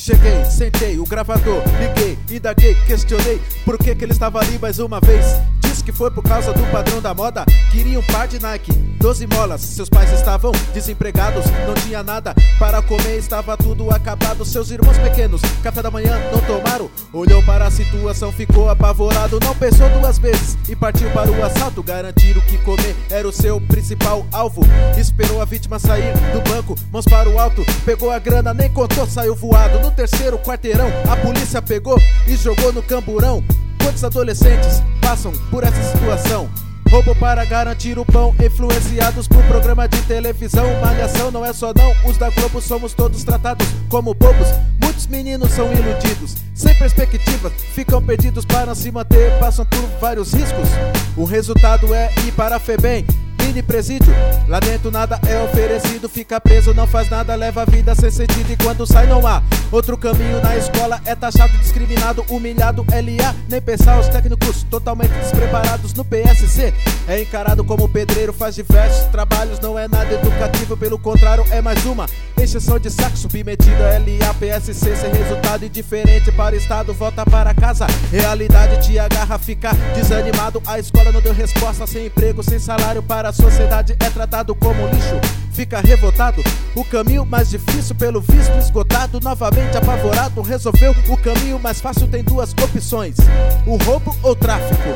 Cheguei, sentei, o gravador, liguei, indaguei, questionei por que ele estava ali mais uma vez. Disse que foi por causa do padrão da moda. Queria um par de Nike, 12 molas. Seus pais estavam desempregados, não tinha nada para comer, estava tudo acabado. Seus irmãos pequenos, café da manhã não tomaram. Olhou para a situação, ficou apavorado. Não pensou duas vezes e partiu para o assalto. Garantir o que comer era o seu principal alvo. Esperou a vítima sair do banco, mãos para o alto. Pegou a grana, nem contou, saiu voado. No terceiro quarteirão, a polícia pegou e jogou no camburão. Quantos adolescentes passam por essa situação? Roubo para garantir o pão, influenciados por programa de televisão. Malhação não é só não, os da Globo somos todos tratados como bobos. Muitos meninos são iludidos, sem perspectiva, ficam perdidos para se manter, passam por vários riscos. O resultado é ir para a FEBEM, mini presídio, lá dentro nada é oferecido. Fica preso, não faz nada, leva a vida sem sentido. E quando sai não há outro caminho. Na escola é taxado, discriminado, humilhado. LA, nem pensar, os técnicos totalmente despreparados. No PSC é encarado como pedreiro, faz diversos trabalhos. Não é nada educativo, pelo contrário é mais uma encheção de saco. Submetido a LA, PSC, sem resultado indiferente para o estado, volta para casa. Realidade te agarra, fica desanimado. A escola não deu resposta, sem emprego, sem salário. Para a sociedade é tratado como lixo, fica revoltado. O caminho mais difícil, pelo visto esgotado. Novamente apavorado, resolveu o caminho mais fácil. Tem duas opções: o roubo ou o tráfico.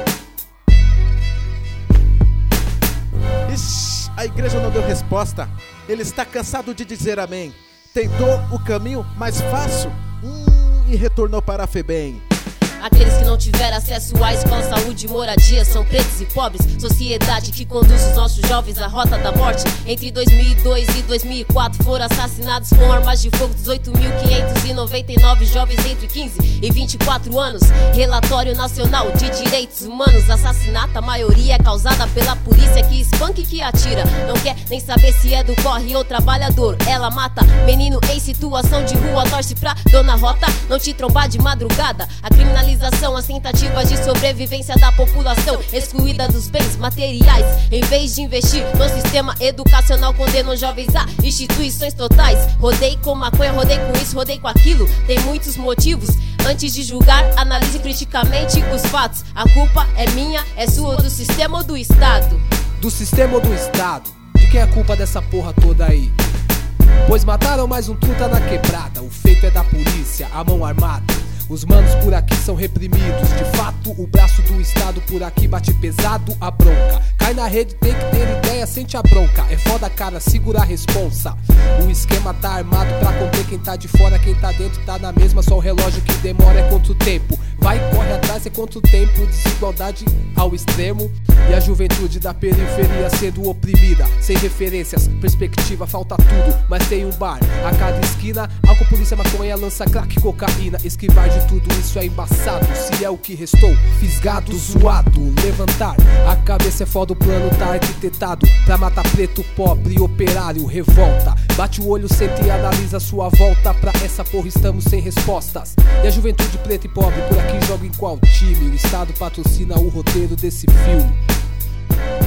Ixi, a igreja não deu resposta. Ele está cansado de dizer amém. Tentou o caminho mais fácil e retornou para a FEBEM. Aqueles que não tiveram acesso à escola, saúde e moradia são pretos e pobres. Sociedade que conduz os nossos jovens à rota da morte. Entre 2002 e 2004 foram assassinados com armas de fogo 18.599 jovens entre 15 e 24 anos. Relatório Nacional de Direitos Humanos. Assassinato, a maioria é causada pela polícia que espanca e que atira. Não quer nem saber se é do corre ou trabalhador. Ela mata menino em situação de rua, torce pra dona Rota não te trombar de madrugada. A criminalização, as tentativas de sobrevivência da população excluída dos bens materiais. Em vez de investir no sistema educacional, condenam jovens a instituições totais. Rodei com maconha, rodei com isso, rodei com aquilo. Tem muitos motivos. Antes de julgar, analise criticamente os fatos. A culpa é minha, é sua, do sistema ou do Estado? Do sistema ou do Estado? De quem é a culpa dessa porra toda aí? Pois mataram mais um truta na quebrada. O feito é da polícia, a mão armada. Os manos por aqui são reprimidos. De fato, o braço do Estado por aqui bate pesado a bronca. Cai na rede, tem que ter ideia, sente a bronca. É foda, cara, segura a responsa. O esquema tá armado pra conter quem tá de fora. Quem tá dentro tá na mesma, só o relógio que demora é contra o tempo. Vai, corre atrás, é contra o tempo. Desigualdade ao extremo. E a juventude da periferia sendo oprimida. Sem referências, perspectiva, falta tudo. Mas tem um bar a cada esquina. Álcool, polícia, maconha, lança crack, cocaína. Esquivar de tudo isso é embaçado. Se é o que restou, fisgado, zoado. Levantar a cabeça é foda, o plano tá arquitetado pra matar preto, pobre, operário, revolta. Bate o olho, sente e analisa sua volta. Pra essa porra estamos sem respostas. E a juventude preta e pobre por aqui joga em qual time? O Estado patrocina o roteiro desse filme.